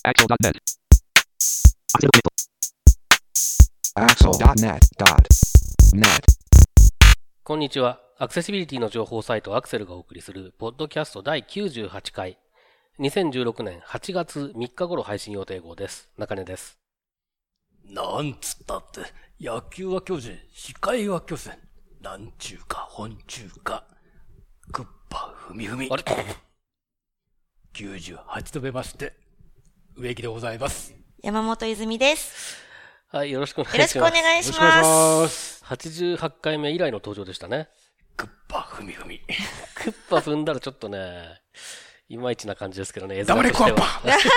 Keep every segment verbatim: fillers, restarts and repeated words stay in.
axel ドットネットアクセル ドットネットこんにちは。アクセシビリティの情報サイトアクセルがお送りするポッドキャストだいきゅうじゅうはちかい、にせんじゅうろくねんはちがつみっか頃配信予定号です。中根です。 なんつったって、野球は巨人、司会は巨船、なんちゅうか本ちゅうか、クッパふみふみ。 あれきゅうじゅうはちど目まして、植木でございます。 山本泉です。 はい、よろしくお願いしよます。 ろしくお願いしよろしくお願いしま。 ますす。 はちじゅうはちかいめ以来の登場でしたね。 クッパふみふみ。 クッパ踏んだらちょっとね、いまいちな感じですけどね。 黙れクワッパ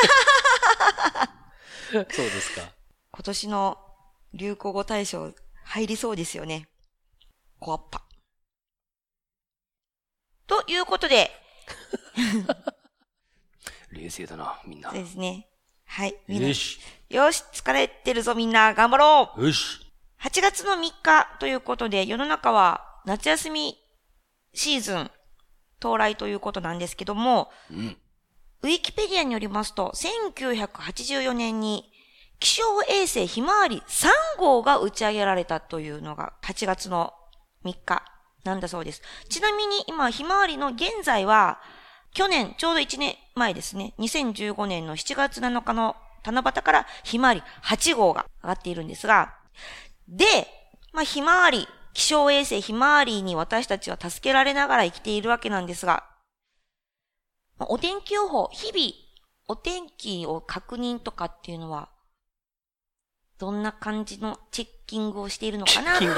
そうですか。 今年の流行語大賞入りそうですよね。コアッパ。ということで、 冷静だな、みんな。 そうですね。はい。みんなよし。 よし、疲れてるぞみんな、頑張ろう。 よし。 はちがつのみっかということで、世の中は夏休みシーズン到来ということなんですけども、 うん。 ウィキペディアによりますと、せんきゅうひゃくはちじゅうよねんに気象衛星ひまわりさん号が打ち上げられたというのがはちがつのみっかなんだそうです。ちなみに今ひまわりの現在は、去年ちょうどいちねんまえですね、にせんじゅうごねんのしちがつなのかの七夕からひまわりはち号が上がっているんですが、で、まあひまわり、気象衛星ひまわりに私たちは助けられながら生きているわけなんですが、お天気予報、日々お天気を確認とかっていうのは、どんな感じのチェッキングをしているのかなと思って、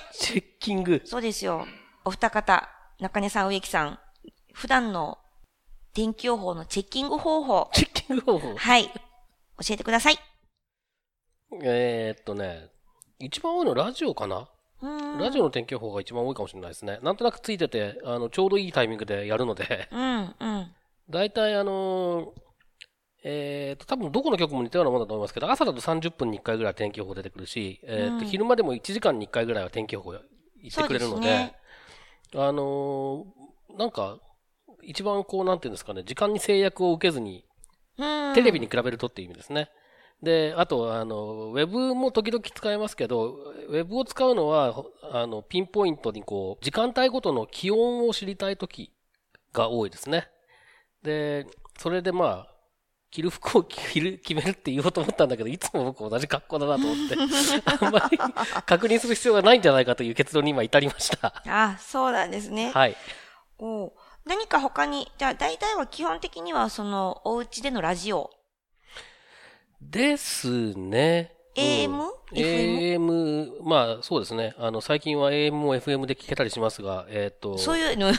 チェッキング。 そうですよ。お二方、中根さん、植木さん、普段の天気予報のチェッキング方法。 チェッキング方法。 はい。教えてください。 えー、っとね、一番多いのラジオかな。ラジオの天気予報が一番多いかもしれないですね。なんとなくついてて、あの、ちょうどいいタイミングでやるので。 うん、うん。 だいたいあのー、えー、っと、多分どこの局も似たようなものだと思いますけど、朝だとさんじゅっぷんにいっかいぐらい天気予報出てくるし、えー、っと、昼間でもいちじかんにいっかいぐらいは天気予報言ってくれるので、 ね、 あのー、なんか、一番こう、なんていうんですかね、時間に制約を受けずに、テレビに比べるとっていう意味ですね。で、あと、あの、ウェブも時々使えますけど、ウェブを使うのは、あの、ピンポイントにこう、時間帯ごとの気温を知りたい時が多いですね。で、それでまあ、着る服を着る、決めるって言おうと思ったんだけど、いつも僕同じ格好だなと思って、あんまり確認する必要がないんじゃないかという結論に今至りました。 あ、そうなんですね。 はい。 お何か他に、じゃあ大体は基本的にはその、お家でのラジオ。 ですね。 エーエム？ うん、エーエム、まあそうですね。あの、最近は エーエム も エフエム で聞けたりしますが、えっ、ー、と。 そういうの。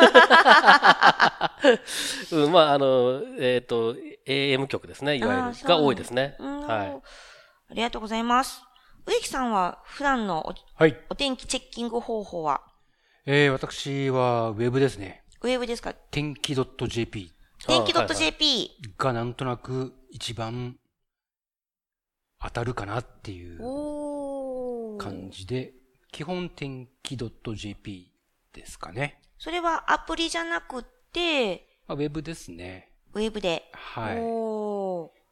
うん、まああの、えっ、ー、と、エーエム 局ですね。いわゆる。が多いですね。はい。 ありがとうございます。植木さんは普段の お,、はい、お天気チェッキング方法はえー、私はウェブですね。 ウェブですか？ 天気 .jp。 天気 .jp がなんとなく一番当たるかなっていう感じで、基本天気 .jp ですかね。 それはアプリじゃなくて、 まあ、ウェブですね。 ウェブで。 はい。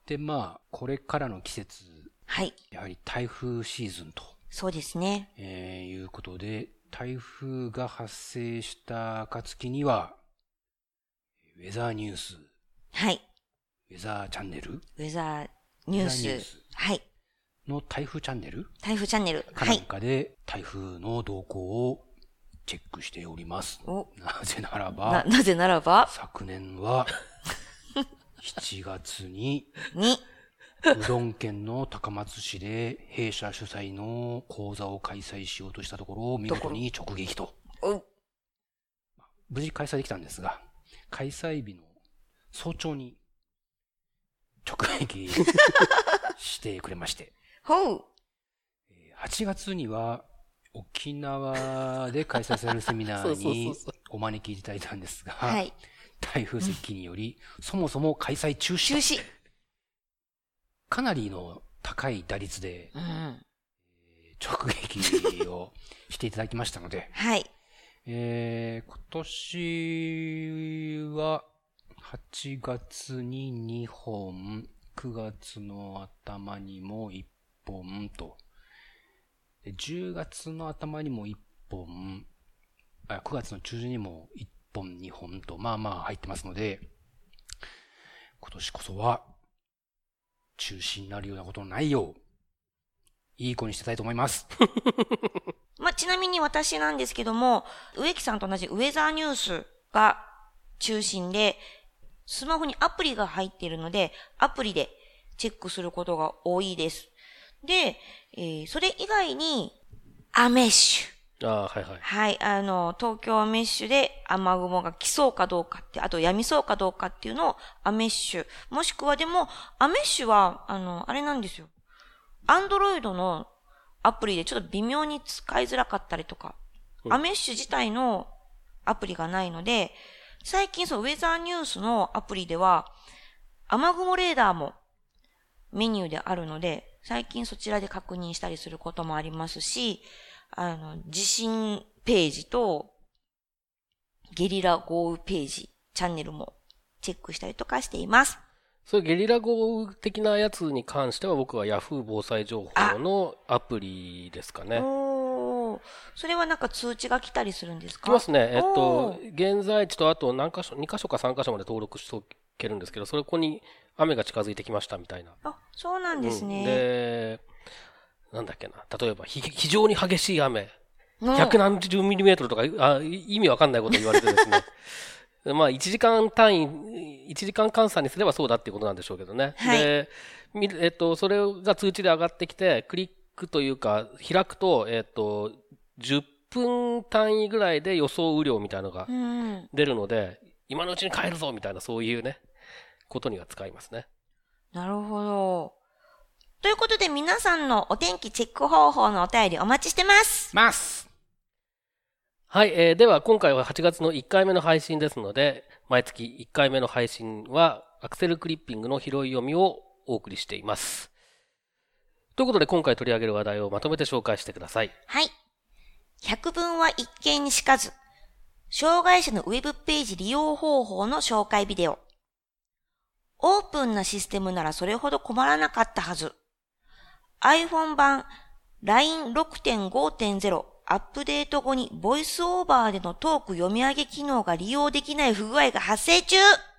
で、まあ、これからの季節。 はい。 やはり台風シーズンと。 そうですね。 えー、いうことで、台風が発生した暁には、ウェザーニュース。 はい。 ウェザーチャンネルウェザーニュース。ニュースはい。 の台風チャンネル台風チャンネル。 かなんかで台風の動向をチェックしております。 おなぜならば、 な、なぜならば、 昨年はしちがつに、 に、 うどん県の高松市で弊社主催の講座を開催しようとしたところを見事に直撃と。無事開催できたんですが、開催日の早朝に直撃してくれまして。 ほう。 はちがつには沖縄で開催されるセミナーにお招きいただいたんですが、はい、台風接近により、うん、そもそも開催中止。 中止。 かなりの高い打率で、 うん、 直撃をしていただきましたので、 はい。 えー、今年ははちがつににほん、 くがつの頭にもいっぽんと、じゅうがつの頭にもいっぽん、あ、くがつの中旬にもいっぽん、にほんと、まあまあ入ってますので、今年こそは中止になるようなことのないよう、いい子にしてたいと思います。 まあ、ちなみに私なんですけども、植木さんと同じウェザーニュースが中心で、スマホにアプリが入っているので、アプリでチェックすることが多いです。で、えー、それ以外に、アメッシュ。 ああ、はいはい。 はい、あの、東京アメッシュで雨雲が来そうかどうかって、あと止みそうかどうかっていうのをアメッシュ。もしくはでも、アメッシュは、あの、あれなんですよ。アンドロイドのアプリでちょっと微妙に使いづらかったりとか、うん、アメッシュ自体のアプリがないので、最近そう、ウェザーニュースのアプリでは、雨雲レーダーもメニューであるので、最近そちらで確認したりすることもありますし、あの、地震ページと、ゲリラ豪雨ページ、チャンネルもチェックしたりとかしています。 そういうゲリラ豪雨的なやつに関しては僕は Yahoo 防災情報のアプリですかね。 おー。それはなんか通知が来たりするんですか？ 来ますね。えっと、現在地とあと何箇所、に箇所かさん箇所まで登録しておけるんですけど、それこに雨が近づいてきましたみたいな。 あ、そうなんですね。 うん、で、なんだっけな。例えば、ひ非常に激しい雨。百何十ミリメートルとか、あ、意味わかんないこと言われてですね。まあ、いちじかん単位、いちじかん換算にすればそうだっていうことなんでしょうけどね。 はい、 で、えっと、それが通知で上がってきて、クリックというか、開くと、えっと、じゅっぷん単位ぐらいで予想雨量みたいなのが出るので、うん、今のうちに帰るぞみたいな、そういうね、ことには使いますね。 なるほど。ということで、皆さんのお天気チェック方法のお便りお待ちしてます。 ますはい、えー、では今回ははちがつのいっかいめの配信ですので、毎月いっかいめの配信はアクセルクリッピングの拾い読みをお送りしています。ということで今回取り上げる話題をまとめて紹介してください。 はい。百聞は一見にしかず。障害者のウェブページ利用方法の紹介ビデオ。オープンなシステムならそれほど困らなかったはず。iPhone 版 ラインろくてんごてんゼロ アップデート後にボイスオーバーでのトーク読み上げ機能が利用できない不具合が発生中。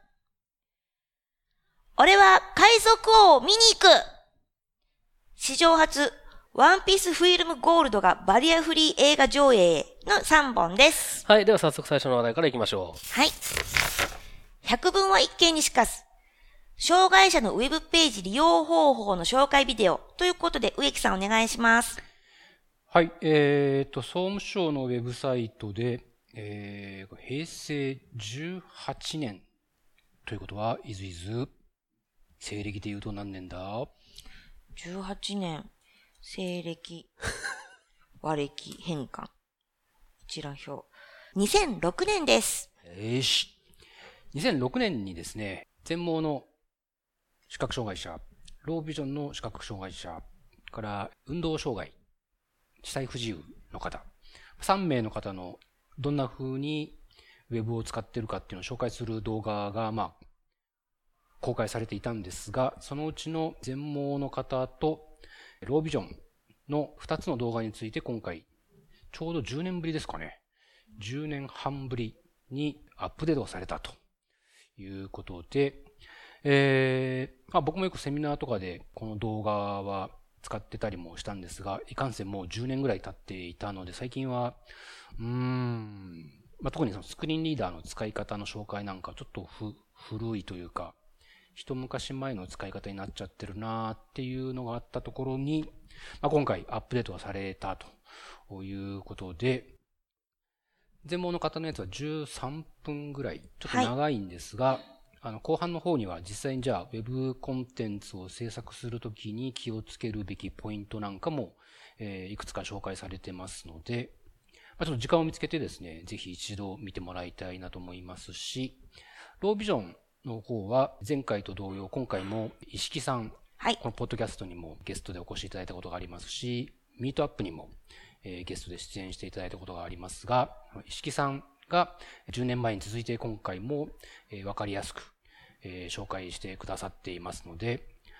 俺は海賊王を見に行く。史上初、ワンピースフィルムゴールドがバリアフリー映画上映のさんぼんです。 はい。では早速最初の話題からいきましょう。 はい。百聞は一見にしかず。障害者のウェブページ利用方法の紹介ビデオということで、植木さんお願いします。 はい。えっと、総務省のウェブサイトで、えー、へいせいじゅうはちねんということは、いずいず、西暦で言うと何年だ ? じゅうはちねん、西暦、和暦、変換、一覧表。にせんろくねんです。 よし。にせんろくねんにですね、全盲の視覚障害者、ロービジョンの視覚障害者、から運動障害、視体不自由の方、さんめいの方のどんな風にウェブを使っているかっていうのを紹介する動画が、まあ、公開されていたんですが、そのうちの全盲の方とロービジョンのふたつの動画について今回、ちょうどじゅうねんぶりですかね。じゅうねんはんぶりにアップデートされたということで、えーまあ、僕もよくセミナーとかでこの動画は使ってたりもしたんですが、いかんせんもうじゅうねんぐらい経っていたので、最近は、うーん、まあ、特にそのスクリーンリーダーの使い方の紹介なんかちょっとふ古いというか、一昔前の使い方になっちゃってるなーっていうのがあったところに、まあ、今回アップデートがされたということで、全盲の方のやつはじゅうさんぷんぐらい、ちょっと長いんですが、はい、あの後半の方には実際にじゃあウェブコンテンツを制作するときに気をつけるべきポイントなんかも、えー、いくつか紹介されてますので、まあ、ちょっと時間を見つけてですね、ぜひ一度見てもらいたいなと思いますし、ロービジョンの方は前回と同様、今回も石木さん、はい、このポッドキャストにもゲストでお越しいただいたことがありますし、ミートアップにも、えー、ゲストで出演していただいたことがありますが、石木さんがじゅうねんまえに続いて今回も、えー、わかりやすく、えー、紹介してくださっていますので、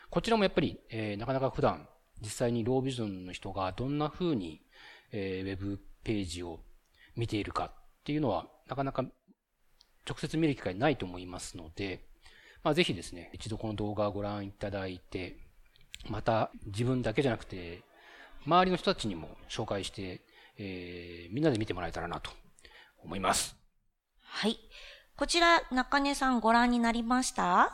こちらもやっぱり、えー、なかなか普段、実際にロービジョンの人がどんな風に、えー、ウェブページを見ているかっていうのは、なかなか直接見る機会ないと思いますので、まあ、ぜひですね、一度この動画をご覧いただいて、また自分だけじゃなくて、周りの人たちにも紹介して、えー、みんなで見てもらえたらなと思います。 はい。こちら、中根さんご覧になりました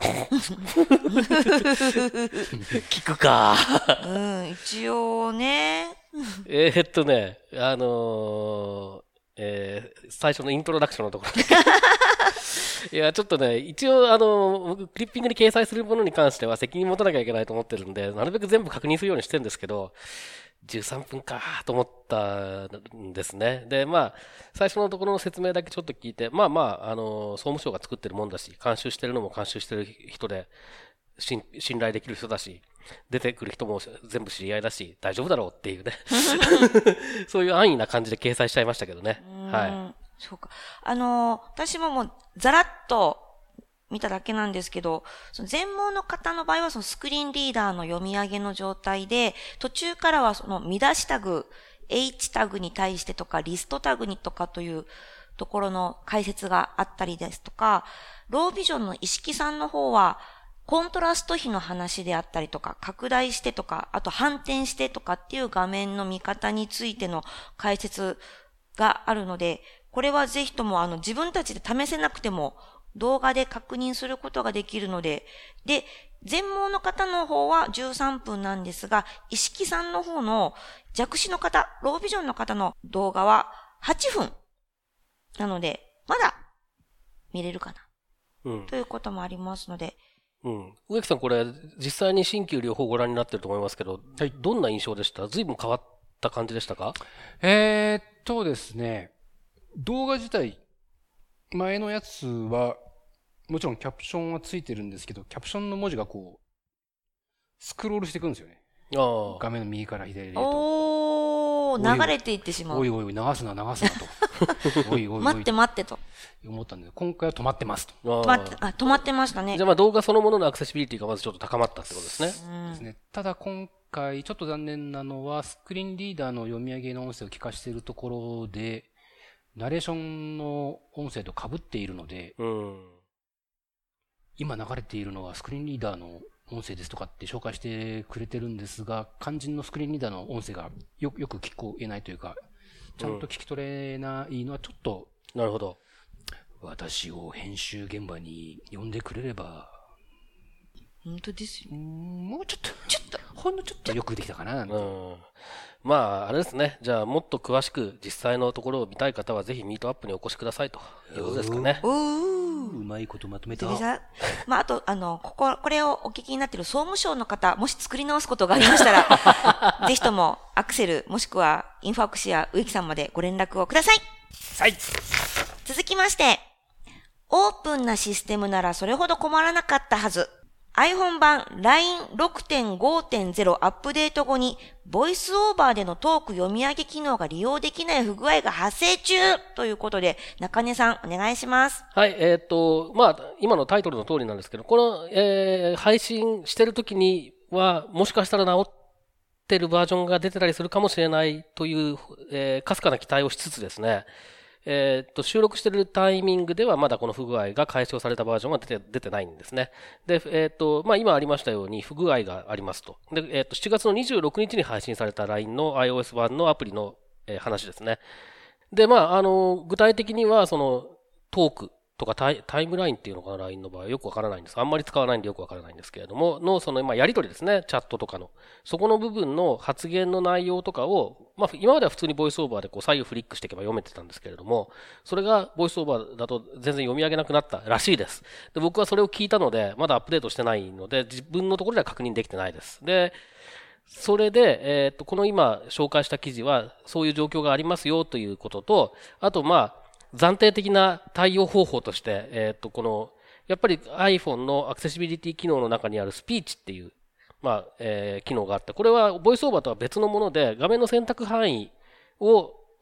聞くか。 うん、一応ね。 えーっとね、あのー、えー、最初のイントロダクションのところいや、ちょっとね、一応、あの、僕、クリッピングに掲載するものに関しては責任持たなきゃいけないと思ってるんで、なるべく全部確認するようにしてるんですけど、じゅうさんぷんかと思ったんですね。で、まあ、最初のところの説明だけちょっと聞いて、まあまあ、あの、総務省が作ってるもんだし、監修してるのも監修してる人で、信頼できる人だし、出てくる人も全部知り合いだし、大丈夫だろうっていうね。そういう安易な感じで掲載しちゃいましたけどね。はい。 そうか。あの、私ももう、ざらっと見ただけなんですけど、その全盲の方の場合はそのスクリーンリーダーの読み上げの状態で、途中からはその見出しタグ、H タグに対してとか、リストタグにとかというところの解説があったりですとか、ロービジョンの石木さんの方は、コントラスト比の話であったりとか、拡大してとか、あと反転してとかっていう画面の見方についての解説があるので、これはぜひともあの自分たちで試せなくても動画で確認することができるので、で、全盲の方の方はじゅうさんぷんなんですが、石木さんの方の弱視の方、ロービジョンの方の動画ははっぷん。なので、まだ見れるかな。うん。ということもありますので。 うん。植木さんこれ、実際に新旧両方ご覧になってると思いますけど、はい、どんな印象でした？随分変わった感じでしたか？ えーっとですね、動画自体、前のやつは、もちろんキャプションはついてるんですけど、キャプションの文字がこう、スクロールしていくんですよね。あ画面の右から左へと。 おー、流れていってしまう。 おいおいおい、流すな、流すなと。おいおいおい。 待って待ってと。 思ったんで、今回は止まってますと。 止まって、あ、止まってましたね。 じゃあまあ動画そのもののアクセシビリティがまずちょっと高まったってことですね。 ですね。ただ今回、ちょっと残念なのは、スクリーンリーダーの読み上げの音声を聞かせているところで、ナレーションの音声と被っているので、うん、今流れているのはスクリーンリーダーの音声ですとかって紹介してくれてるんですが、肝心のスクリーンリーダーの音声がよ、よく聞こえないというか、ちゃんと聞き取れないのはちょっと、 うん、なるほど。 私を編集現場に呼んでくれれば、 本当ですよ。 もうちょっと、ちょっと、ほんのちょっとよくできたかな、なんて。 うんまあ、あれですね。じゃあ、もっと詳しく実際のところを見たい方は、ぜひミートアップにお越しくださいということですかね。 うーうまいことまとめた。 まあ、あと、あの、ここ、これをお聞きになっている総務省の方、もし作り直すことがありましたら、ぜひとも、アクセル、もしくは、インフォアクシや植木さんまでご連絡をください。 はい。 続きまして、オープンなシステムならそれほど困らなかったはず。iPhone 版 ラインろくてんごてんゼロ アップデート後に、ボイスオーバーでのトーク読み上げ機能が利用できない不具合が発生中ということで、中根さんお願いします。 はい、えっと、まあ、今のタイトルの通りなんですけど、この、えー、配信してる時には、もしかしたら直ってるバージョンが出てたりするかもしれないという、えー、かすかな期待をしつつですね、えっと、収録してるタイミングではまだこの不具合が解消されたバージョンは出て、出てないんですね。で、えっと、まあ、今ありましたように不具合がありますと。で、えっと、しちがつのにじゅうろくにちに配信された ライン の iOS 版のアプリの、えー、話ですね。で、まあ、あの、具体的には、その、トークとかタイ、タイムラインっていうのかな、ライン の場合よくわからないんです。あんまり使わないんでよくわからないんですけれども、の、その、まあ、やりとりですね、チャットとかの。そこの部分の発言の内容とかを、まあ、今までは普通にボイスオーバーでこう左右フリックしていけば読めてたんですけれども、それがボイスオーバーだと全然読み上げなくなったらしいです。で、僕はそれを聞いたので、まだアップデートしてないので、自分のところでは確認できてないです。で、それで、えっと、この今紹介した記事は、そういう状況がありますよということと、あと、まあ、暫定的な対応方法として、えっと、この、やっぱり iPhone のアクセシビリティ機能の中にあるスピーチっていう、まあ、えー、機能があって、これはボイスオーバーとは別のもので、画面の選択範囲を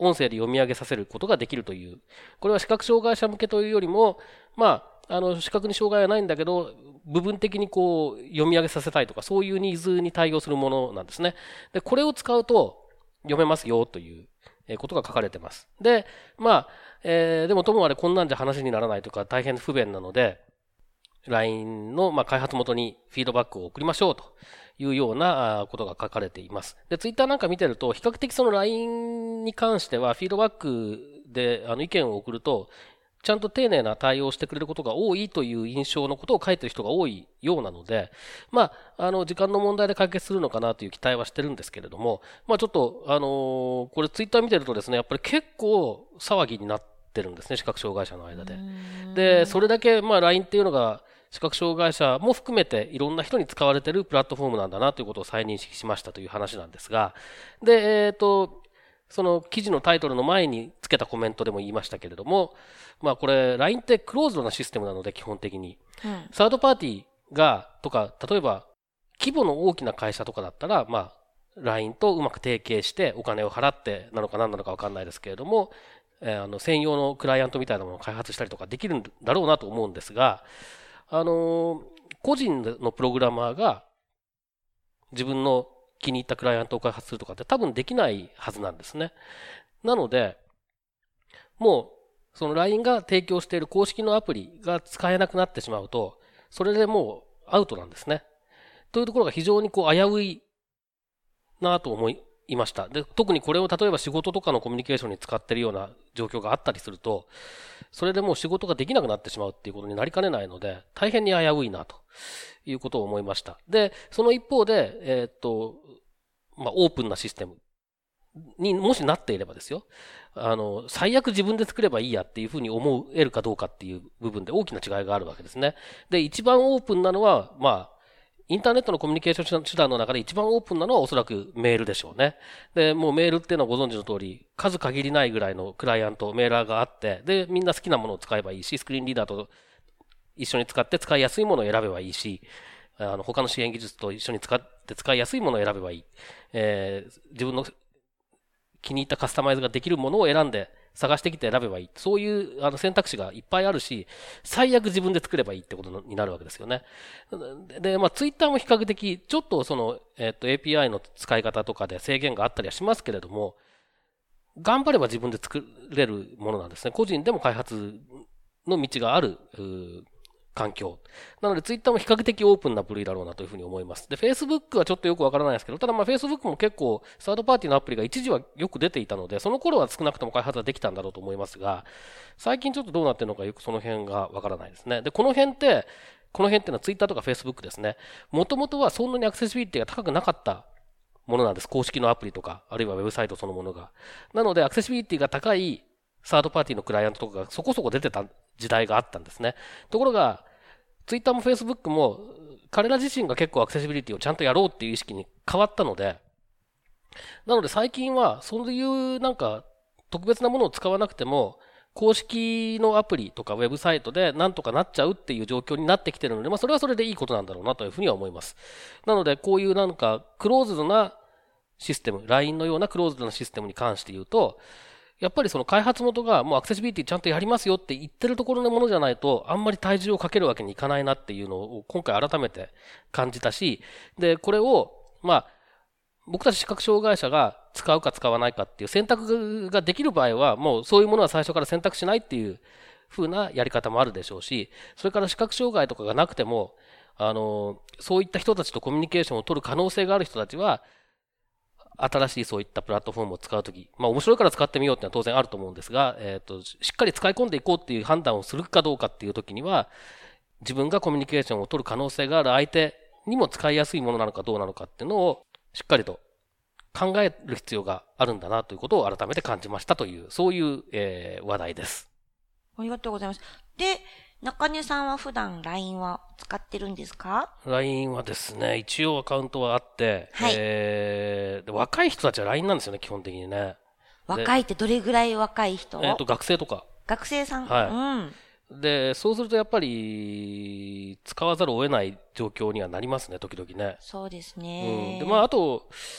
音声で読み上げさせることができるという。これは視覚障害者向けというよりも、まあ、あの、視覚に障害はないんだけど、部分的にこう、読み上げさせたいとか、そういうニーズに対応するものなんですね。で、これを使うと、読めますよということが書かれてます。で、まあ、えー、でもともあれこんなんじゃ話にならないとか大変不便なので、ライン の、まあ、開発元にフィードバックを送りましょうというようなことが書かれています。で、ツイッターなんか見てると、比較的その ライン に関してはフィードバックであの意見を送ると、ちゃんと丁寧な対応をしてくれることが多いという印象のことを書いてる人が多いようなので、まあ、あの、時間の問題で解決するのかなという期待はしてるんですけれども、まあちょっと、あのー、これツイッター見てるとですね、やっぱり結構騒ぎになってるんですね、視覚障害者の間で。で、それだけ、まあ ライン っていうのが、視覚障害者も含めていろんな人に使われているプラットフォームなんだなということを再認識しましたという話なんですが、で、えっと、その記事のタイトルの前につけたコメントでも言いましたけれども、まあこれ ライン ってクローズドなシステムなので基本的に、うん、サードパーティーがとか、例えば規模の大きな会社とかだったら、まあ ライン とうまく提携してお金を払ってなのか何なのか分かんないですけれども、えー、あの専用のクライアントみたいなものを開発したりとかできるんだろうなと思うんですが、あのー、個人のプログラマーが自分の気に入ったクライアントを開発するとかって多分できないはずなんですね。なので、もう、その ライン が提供している公式のアプリが使えなくなってしまうと、それでもうアウトなんですね。というところが非常にこう危ういなと思いました。で、特にこれを例えば仕事とかのコミュニケーションに使っているような状況があったりすると、それでもう仕事ができなくなってしまうっていうことになりかねないので、大変に危ういなということを思いました。で、その一方で、えー、っと、まあ、オープンなシステムにもしなっていればですよ。あの、最悪自分で作ればいいやっていうふうに思えるかどうかっていう部分で大きな違いがあるわけですね。で、一番オープンなのは、まあ、インターネットのコミュニケーション手段の中で一番オープンなのはおそらくメールでしょうね。で、もうメールっていうのはご存知の通り、数限りないぐらいのクライアント、メーラーがあって、で、みんな好きなものを使えばいいし、スクリーンリーダーと一緒に使って使いやすいものを選べばいいし、あの、他の支援技術と一緒に使って使いやすいものを選べばいい。えー、自分の気に入ったカスタマイズができるものを選んで探してきて選べばいい。そういうあの選択肢がいっぱいあるし、最悪自分で作ればいいってことになるわけですよね。で、まあ、ツイッターも比較的、ちょっとその、えっと、エーピーアイ の使い方とかで制限があったりはしますけれども、頑張れば自分で作れるものなんですね。個人でも開発の道がある、環境。なので、ツイッターも比較的オープンな部類だろうなというふうに思います。で、Facebook はちょっとよくわからないですけど、ただまあ Facebook も結構、サードパーティーのアプリが一時はよく出ていたので、その頃は少なくとも開発はできたんだろうと思いますが、最近ちょっとどうなってるのかよくその辺がわからないですね。で、この辺って、この辺っていうのは Twitter とか Facebook ですね。もともとはそんなにアクセシビリティが高くなかったものなんです。公式のアプリとか、あるいはウェブサイトそのものが。なので、アクセシビリティが高いサードパーティーのクライアントとかがそこそこ出てた時代があったんですね。ところが、ツイッターもフェイスブックも彼ら自身が結構アクセシビリティをちゃんとやろうっていう意識に変わったので、なので最近はそういうなんか特別なものを使わなくても公式のアプリとかウェブサイトでなんとかなっちゃうっていう状況になってきてるので、まあそれはそれでいいことなんだろうなというふうには思います。なのでこういうなんかクローズドなシステム、ライン のようなクローズドなシステムに関して言うと、やっぱりその開発元がもうアクセシビリティちゃんとやりますよって言ってるところのものじゃないとあんまり体重をかけるわけにいかないなっていうのを今回改めて感じたし、で、これをまあ僕たち視覚障害者が使うか使わないかっていう選択ができる場合はもうそういうものは最初から選択しないっていう風なやり方もあるでしょうし、それから視覚障害とかがなくてもあのそういった人たちとコミュニケーションを取る可能性がある人たちは新しいそういったプラットフォームを使うとき、まあ面白いから使ってみようってのは当然あると思うんですが、えっと、しっかり使い込んでいこうっていう判断をするかどうかっていうときには、自分がコミュニケーションを取る可能性がある相手にも使いやすいものなのかどうなのかっていうのをしっかりと考える必要があるんだなということを改めて感じましたという、そういう、えー、話題です。 ありがとうございます。で、中根さんは普段 ライン は使ってるんですか？ ライン はですね、一応アカウントはあって、はい、えー、若い人たちは ライン なんですよね、基本的にね。 若いってどれぐらい若い人？ えっと、学生とか。 学生さん、 はい。うん。で、そうするとやっぱり、使わざるを得ない状況にはなりますね、時々ね。 そうですね。 うん。で、まあ、あと、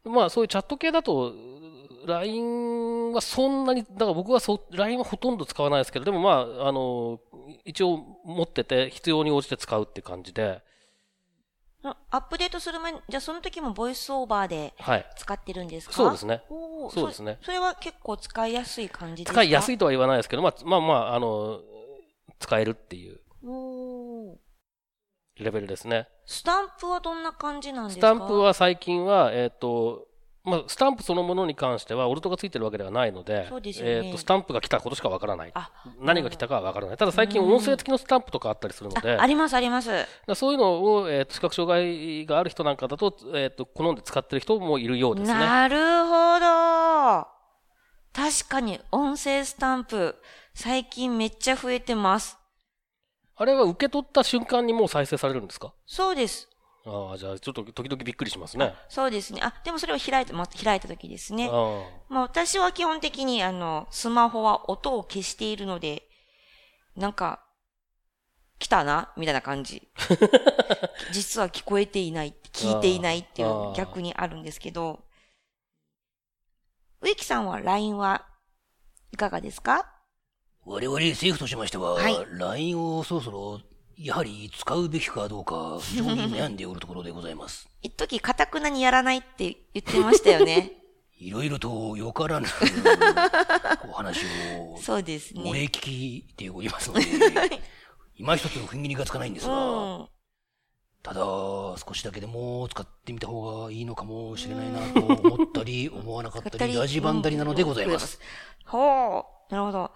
まあそういうチャット系だと、ライン はそんなに、だから僕はそ ライン はほとんど使わないですけど、でもまあ、あの、一応持ってて必要に応じて使うって感じで。 アップデートする前に、じゃあその時もボイスオーバーで使ってるんですか？ はい、そうですね。 そうですねそ。それは結構使いやすい感じですか？ 使いやすいとは言わないですけど、まあ、まあまあ、あの、使えるっていうレベルですね。 スタンプはどんな感じなんですか？ スタンプは最近は、えっと、まあ、スタンプそのものに関しては、オルトがついてるわけではないので、 そうですよね、 えっと、スタンプが来たことしかわからない。何が来たかはわからない。ただ最近音声付きのスタンプとかあったりするので、 あ, ありますあります。 そういうのを、えっと、視覚障害がある人なんかだと、えっと、好んで使ってる人もいるようですね。 なるほど。確かに音声スタンプ、最近めっちゃ増えてます。 あれは受け取った瞬間にもう再生されるんですか？ そうです。 ああ、じゃあちょっと時々びっくりしますね。 そうですね。あ、でもそれを開いた、開いた時ですね。あまあ私は基本的にあの、スマホは音を消しているので、なんか、来たなみたいな感じ。実は聞こえていない、聞いていないっていう逆にあるんですけど、植木さんは ライン はいかがですか？ 我々政府としましては、はい、ライン をそろそろやはり使うべきかどうか非常に悩んでおるところでございます。 一時堅くなにやらないって言ってましたよね。 いろいろとよからぬお話を、 そうですね。 お礼聞きっておりますので、今一つの踏ん切りがつかないんですが、うん、ただ少しだけでも使ってみた方がいいのかもしれないなと思ったり思わなかったり、ラジバンダリなのでございます。 ほう。なるほど。 うん。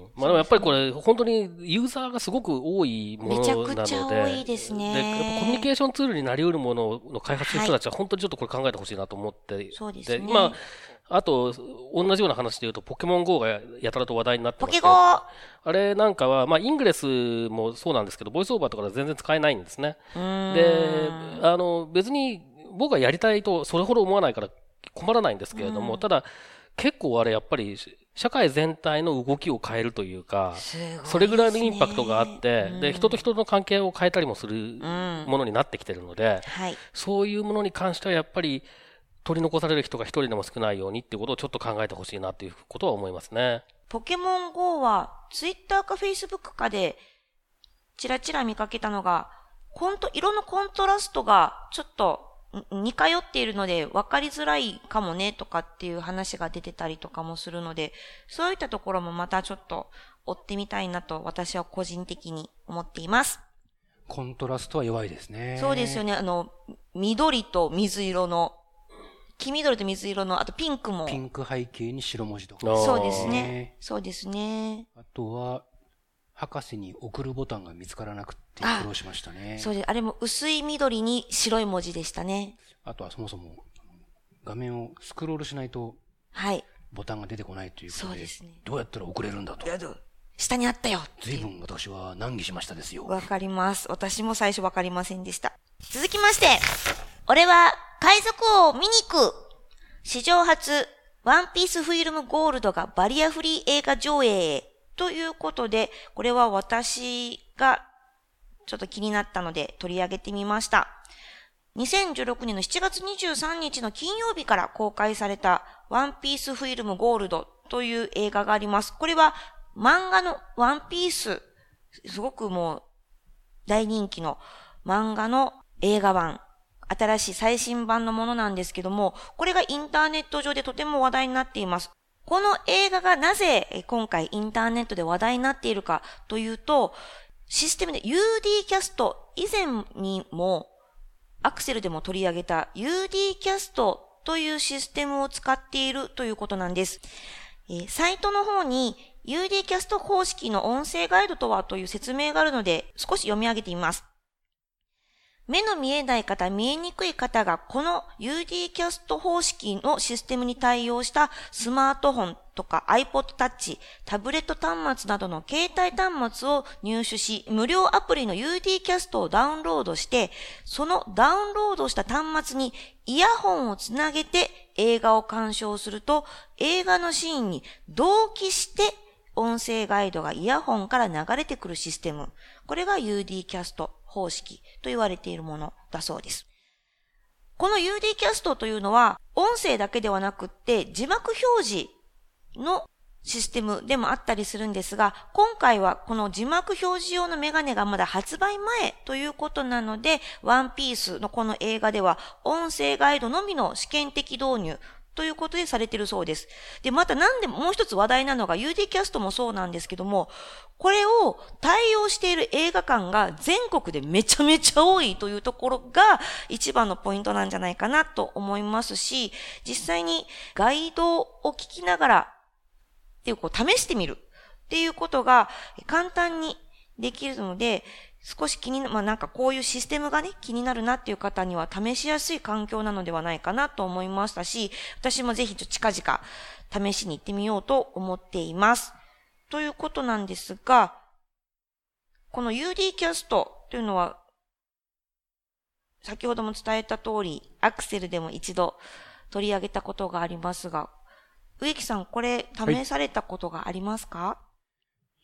まあでもやっぱりこれ、本当にユーザーがすごく多いものなので。 めちゃくちゃ多いですね。 で、やっぱコミュニケーションツールになり得るものの開発する人たちは本当にちょっとこれ考えてほしいなと思って。 そうですね。 で、まあ、あと、同じような話で言うと、ポケモン ゴー がやたらと話題になってますけど。 ポケゴーあれなんかは、まあ、イングレスもそうなんですけど、ボイスオーバーとかで全然使えないんですね。で、あの、別に僕がやりたいとそれほど思わないから困らないんですけれども、ただ、結構あれやっぱり、社会全体の動きを変えるというか、ね、それぐらいのインパクトがあって、うん、で、人と人の関係を変えたりもするものになってきてるので、うんはい、そういうものに関してはやっぱり取り残される人が一人でも少ないようにっていうことをちょっと考えてほしいなっていうことは思いますね。 ポケモン ゴー はツイッターかフェイスブックかでチラチラ見かけたのが、コント、色のコントラストがちょっと似通っているので分かりづらいかもねとかっていう話が出てたりとかもするので、そういったところもまたちょっと追ってみたいなと私は個人的に思っています。 コントラストは弱いですね。 そうですよね。あの、緑と水色の、黄緑と水色の、あとピンクも。 ピンク背景に白文字とか。 そうですね。そうですね。 あとは、博士に送るボタンが見つからなくて苦労しましたね。 そうです。あれも薄い緑に白い文字でしたね。 あとはそもそも画面をスクロールしないと、はい。ボタンが出てこないということで、そうですね。どうやったら送れるんだと。 下にあったよ。 随分私は難儀しましたですよ。 わかります。私も最初わかりませんでした。続きまして、俺は海賊王見に行く。史上初、ワンピースフィルムゴールドがバリアフリー映画上映へ。ということで、これは私がちょっと気になったので取り上げてみました。にせんじゅうろくねんのしちがつにじゅうさんにちの金曜日から公開されたワンピースフィルムゴールドという映画があります。これは漫画のワンピース、すごくもう大人気の漫画の映画版、新しい最新版のものなんですけども、これがインターネット上でとても話題になっています。この映画がなぜ今回インターネットで話題になっているかというと、システムで ユーディー キャスト、以前にもアクセルでも取り上げた ユーディー キャストというシステムを使っているということなんです。えー、サイトの方に ユーディー キャスト方式の音声ガイドとはという説明があるので少し読み上げてみます。目の見えない方、見えにくい方がこの ユーディー キャスト方式のシステムに対応したスマートフォンとか iPod Touch、タブレット端末などの携帯端末を入手し、無料アプリの ユーディー キャストをダウンロードして、そのダウンロードした端末にイヤホンをつなげて映画を鑑賞すると、映画のシーンに同期して音声ガイドがイヤホンから流れてくるシステム。これが ユーディー キャスト方式と言われているものだそうです。 この ユーディー キャストというのは、音声だけではなくって、字幕表示のシステムでもあったりするんですが、今回はこの字幕表示用のメガネがまだ発売前ということなので、ワンピースのこの映画では音声ガイドのみの試験的導入ということでされているそうです。で、またなんでもう一つ話題なのが ユーディー キャストもそうなんですけども、これを対応している映画館が全国でめちゃめちゃ多いというところが一番のポイントなんじゃないかなと思いますし、実際にガイドを聞きながらっていうこう試してみるっていうことが簡単にできるので、少し気にな、まあなんかこういうシステムがね、気になるなっていう方には試しやすい環境なのではないかなと思いましたし、私もぜひ近々試しに行ってみようと思っています。ということなんですが、この ユーディー キャストというのは、先ほども伝えた通り、アクセルでも一度取り上げたことがありますが、植木さん、これ試されたことがありますか？はい、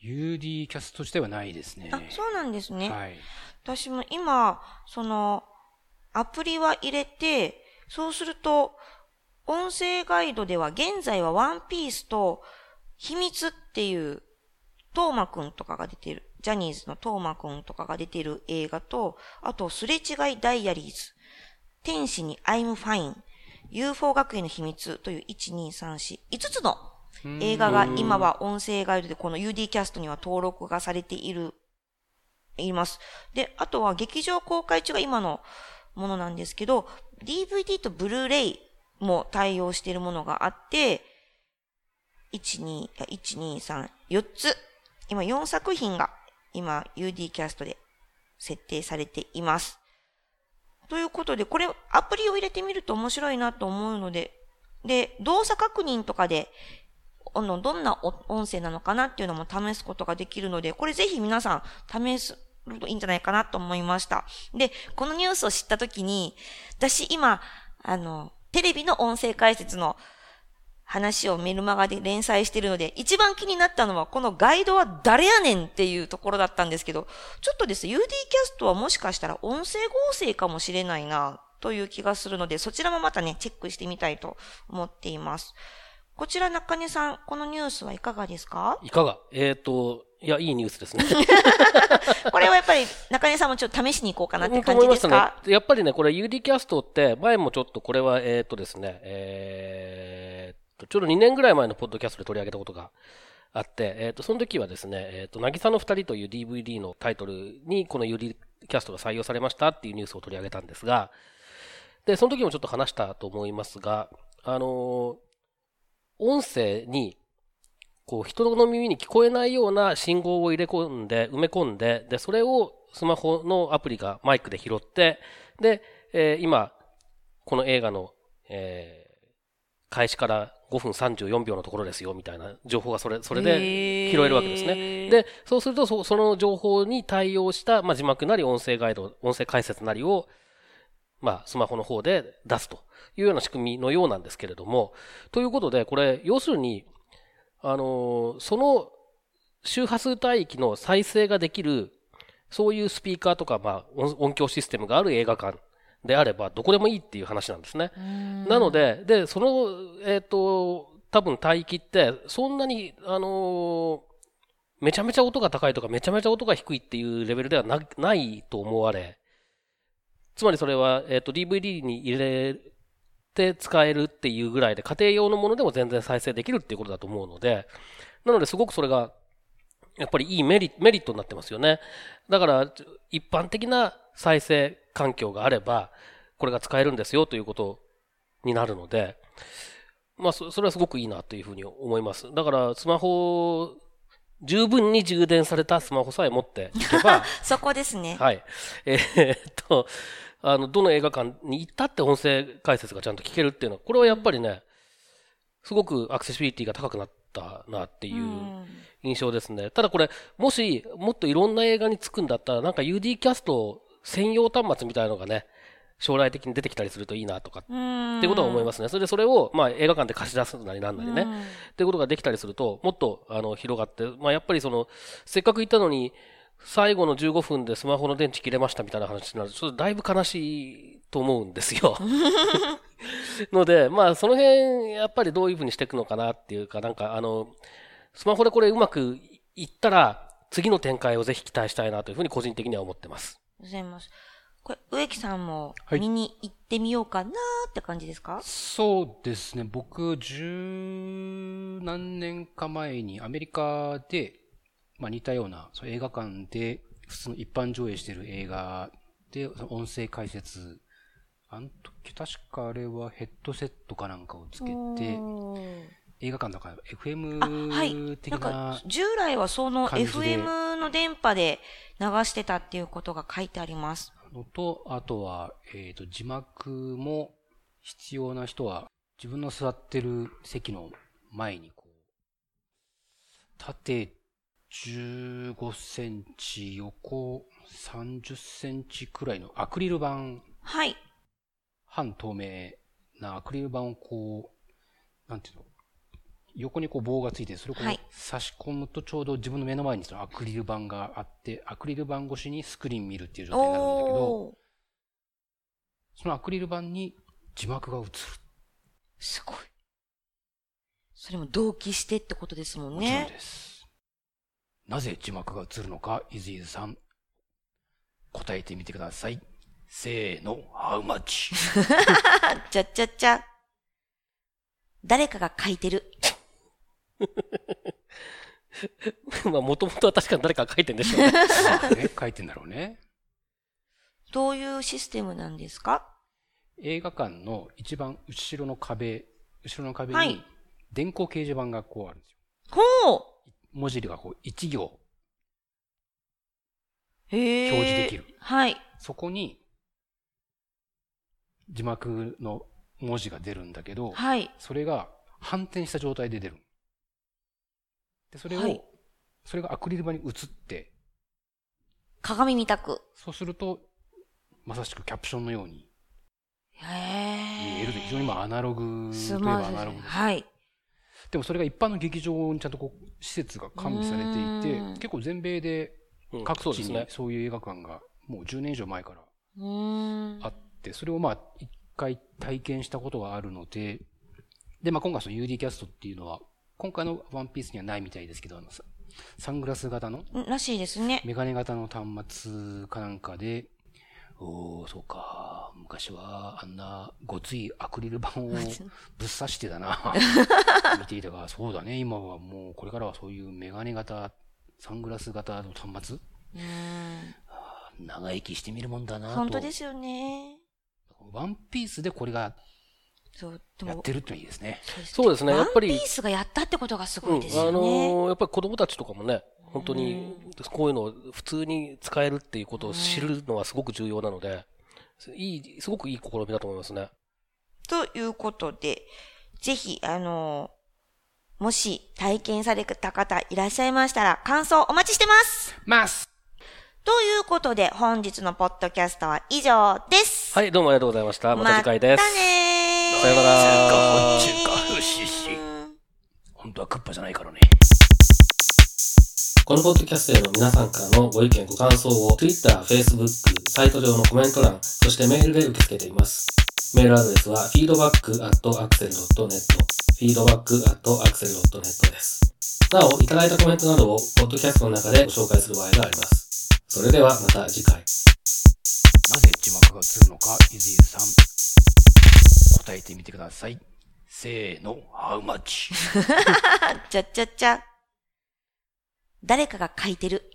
ユーディー キャスト自体はないですね。 あ、そうなんですね。 はい。 私も今、その、アプリは入れて、そうすると、音声ガイドでは現在はワンピースと、秘密っていう、トーマくんとかが出てる、ジャニーズのトーマくんとかが出てる映画と、あと、すれ違いダイアリーズ、天使に I'm Fine、ユーフォー 学園の秘密といういち、に、さん、よん、いつつの映画が今は音声ガイドでこの ユーディー キャストには登録がされている、います。で、あとは劇場公開中が今のものなんですけど、ディーブイディー とブルーレイも対応しているものがあって、いち、に、いち、に、さん、よっつ。今よんさく品が今 ユーディー キャストで設定されています。ということで、これアプリを入れてみると面白いなと思うので、で、動作確認とかで、あの、どんな音声なのかなっていうのも試すことができるので、これぜひ皆さん試すといいんじゃないかなと思いました。で、このニュースを知ったときに、私今、あの、テレビの音声解説の話をメルマガで連載しているので、一番気になったのはこのガイドは誰やねんっていうところだったんですけど、ちょっとですね、ユーディー キャストはもしかしたら音声合成かもしれないなという気がするので、そちらもまたね、チェックしてみたいと思っています。こちら中根さん、このニュースはいかがですか？ いかがえっと、いや、いいニュースですね。 これはやっぱり中根さんもちょっと試しに行こうかなって感じですか？ ね、やっぱりね、これ ユーディー キャストって前もちょっとこれは、えっとですね、えーちょうどにねんぐらい前のポッドキャストで取り上げたことがあって、えっと、その時はですね、えっと、なぎさの二人という ディーブイディー のタイトルにこの ユーディー キャストが採用されましたっていうニュースを取り上げたんですが、で、その時もちょっと話したと思いますが、あの、音声に、こう、人の耳に聞こえないような信号を入れ込んで、埋め込んで、で、それをスマホのアプリがマイクで拾って、で、えー、今、この映画の、えー開始からごふんさんじゅうよんびょうのところですよみたいな情報がそれそれで拾えるわけですね。で、そうすると そ, その情報に対応した、まあ、字幕なり音声ガイド、音声解説なりを、まあ、スマホの方で出すというような仕組みのようなんですけれども、ということで、これ、要するに、あの、その周波数帯域の再生ができる、そういうスピーカーとか、まあ、音響システムがある映画館であればどこでもいいっていう話なんですね。なので、で、その、えっと、多分帯域ってそんなに、あの、めちゃめちゃ音が高いとかめちゃめちゃ音が低いっていうレベルでは な, ないと思われ、つまりそれは、えっと、ディーブイディー に入れて使えるっていうぐらいで家庭用のものでも全然再生できるっていうことだと思うので、なのですごくそれがやっぱりいいメリメリットになってますよね。だから一般的な再生環境があればこれが使えるんですよということになるので、まあそれはすごくいいなというふうに思います。だからスマホ十分に充電されたスマホさえ持っていけばそこですね。 はい。えー、っとあのどの映画館に行ったって音声解説がちゃんと聞けるっていうのはこれはやっぱりねすごくアクセシビリティが高くなったなっていう印象ですね。ただこれもしもっといろんな映画につくんだったらなんか ユーディー キャスト専用端末みたいなのがね将来的に出てきたりするといいなとかっていうことは思いますね。それでそれをまあ映画館で貸し出すなりなんなりねっていうことができたりするともっとあの広がってまあやっぱりそのせっかく行ったのに最後のじゅうごふんでスマホの電池切れましたみたいな話になるとちょっとだいぶ悲しいと思うんですよ。ので、まあその辺、やっぱりどういうふうにしていくのかなっていうか、なんかあの、スマホでこれうまくいったら、次の展開をぜひ期待したいなというふうに個人的には思ってます。 ありがとうございます。これ、植木さんも見に行ってみようかなーって感じですか？ そうですね。僕、十何年か前にアメリカで、まあ似たような、そう映画館で普通の一般上映している映画で、音声解説、あの時確かあれはヘッドセットかなんかをつけて、映画館だから エフエム 的な、 なんか従来はその エフエム の電波で流してたっていうことが書いてあります。 のと、あとは、えっと、字幕も必要な人は自分の座ってる席の前にこう、縦じゅうごセンチ、横さんじゅっセンチくらいのアクリル板。 はい。 半透明なアクリル板をこう、なんていうの、横にこう棒がついて、それをこう差し込むとちょうど自分の目の前にそのアクリル板があって、アクリル板越しにスクリーン見るっていう状態になるんだけど、そのアクリル板に字幕が映る。 すごい。それも同期してってことですもんね。 もちろんです。なぜ字幕が映るのか、伊豆伊豆さん、答えてみてください。せーの、how much? ちゃちゃちゃ。誰かが書いてる。 まあ、もともとは確かに誰かが書いてんでしょうね。 ね書いてんだろうね。 どういうシステムなんですか？ 映画館の一番後ろの壁、後ろの壁はいに電光掲示板がこうあるんですよ。 ほう。 文字がこう一行へー表示できる。 はい。 そこに字幕の文字が出るんだけど、 はい。 それが反転した状態で出る。で、それを、 はいそれがアクリル板に映って、 鏡みたく。 そうすると、まさしくキャプションのようにへー見えると、非常にまあアナログといえばアナログです。 はい。 でもそれが一般の劇場にちゃんとこう、施設が完備されていて、 うーん結構全米で各地にうんそうですねそういう映画館がもうじゅうねん以上前からうーん。 あって、それをまあ一回体験したことがあるので、で、まあ今回その ユーディー キャストっていうのは、今回のワンピースにはないみたいですけど、あのさサングラス型の、 らしいですね。 メガネ型の端末かなんかで、おー、そうか、昔はあんなごついアクリル板をぶっ刺してたな、見ていたが、そうだね、今はもうこれからはそういうメガネ型、サングラス型の端末、 うーん。 長生きしてみるもんだなと。 本当ですよね。 ワンピースでこれがそう、でもやってるってのはいいですね。 そうですね、やっぱり。 ワンピースがやったってことがすうん、 ごいですよね。 あのーやっぱり子供たちとかもね、本当に、こういうのを普通に使えるっていうことを知るのはすごく重要なので、いい、すごくいい試みだと思いますね。 ということで、ぜひ、あのーもし体験された方いらっしゃいましたら、感想お待ちしてます。 ますということで、本日のポッドキャストは以上です。 はい、どうもありがとうございました。また次回です。 またねー。 さよなら。 中華、よしし。本当はクッパじゃないからね。 このポッドキャストへの皆さんからのご意見ご感想を Twitter、Facebook、サイト上のコメント欄、そしてメールで受け付けています。メールアドレスは フィードバック アット アクセル ドット ネット フィードバック アット アクセル ドット ネット です。なお、いただいたコメントなどをポッドキャストの中でご紹介する場合があります。それではまた次回。 なぜ字幕が映るのか、伊豆伊豆さん、答えてみてください。せーの、how much? ちゃちゃちゃ。誰かが書いてる。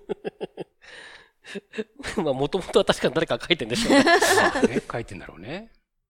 まあ、もともとは確かに誰かが書いてんでしょうね。 ね書いてんだろうね。